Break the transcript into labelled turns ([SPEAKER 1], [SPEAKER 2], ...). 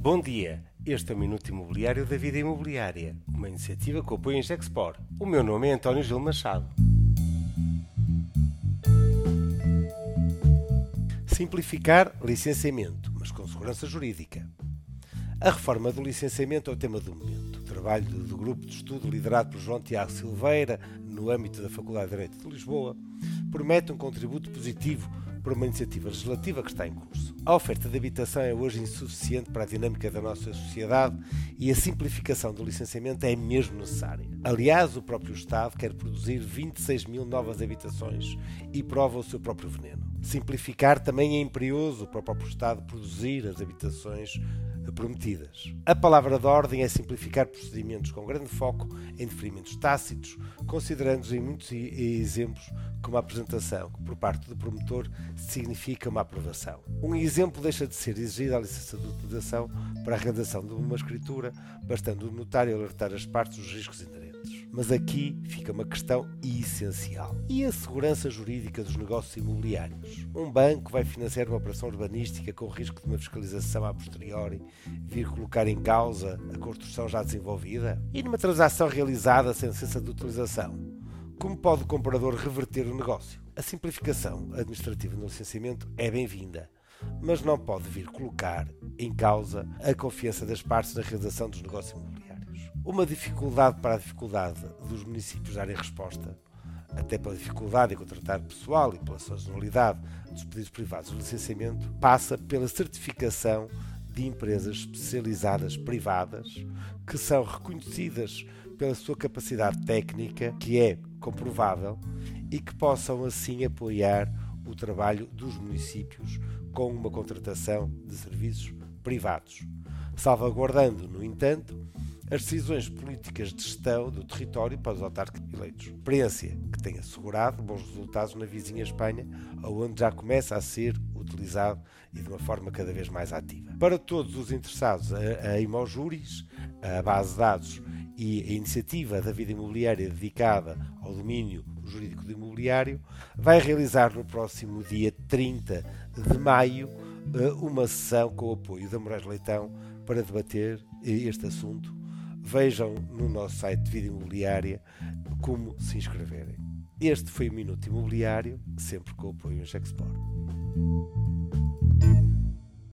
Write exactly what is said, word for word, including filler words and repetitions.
[SPEAKER 1] Bom dia, este é o Minuto Imobiliário da Vida Imobiliária, uma iniciativa que apoia a Gexpor. O meu nome é António Gil Machado. Simplificar licenciamento, mas com segurança jurídica. A reforma do licenciamento é o tema do momento. O trabalho do grupo de estudo liderado por João Tiago Silveira, no âmbito da Faculdade de Direito de Lisboa, promete um contributo positivo para uma iniciativa legislativa que está em curso. A oferta de habitação é hoje insuficiente para a dinâmica da nossa sociedade e a simplificação do licenciamento é mesmo necessária. Aliás, o próprio Estado quer produzir vinte e seis mil novas habitações e prova o seu próprio veneno. Simplificar também é imperioso para o próprio Estado produzir as habitações prometidas. A palavra de ordem é simplificar procedimentos com grande foco em deferimentos tácitos, considerando-os em muitos exemplos como a apresentação, que por parte do promotor significa uma aprovação. Um exemplo deixa de ser exigida a licença de utilização para a realização de uma escritura, bastando o notário alertar as partes dos riscos inerentes. Mas aqui fica uma questão essencial. E a segurança jurídica dos negócios imobiliários? Um banco vai financiar uma operação urbanística com o risco de uma fiscalização a posteriori vir colocar em causa a construção já desenvolvida? E numa transação realizada sem licença de utilização, como pode o comprador reverter o negócio? A simplificação administrativa no licenciamento é bem-vinda, mas não pode vir colocar em causa a confiança das partes na realização dos negócios imobiliários. Uma dificuldade para a dificuldade dos municípios darem resposta, até pela dificuldade em contratar pessoal e pela sazonalidade dos pedidos privados de licenciamento, passa pela certificação de empresas especializadas privadas que são reconhecidas pela sua capacidade técnica, que é comprovável, e que possam assim apoiar o trabalho dos municípios com uma contratação de serviços privados, salvaguardando, no entanto, as decisões políticas de gestão do território para os autárquicos eleitos. Experiência que tem assegurado bons resultados na vizinha Espanha, onde já começa a ser utilizado e de uma forma cada vez mais ativa. Para todos os interessados, a, a Imojuris, a base de dados e a iniciativa da vida imobiliária dedicada ao domínio jurídico do imobiliário, vai realizar no próximo dia trinta de maio uma sessão com o apoio da Moraes Leitão para debater este assunto. Vejam no nosso site Vida Imobiliária como se inscreverem. Este foi o Minuto Imobiliário, sempre com o apoio em Gexpor.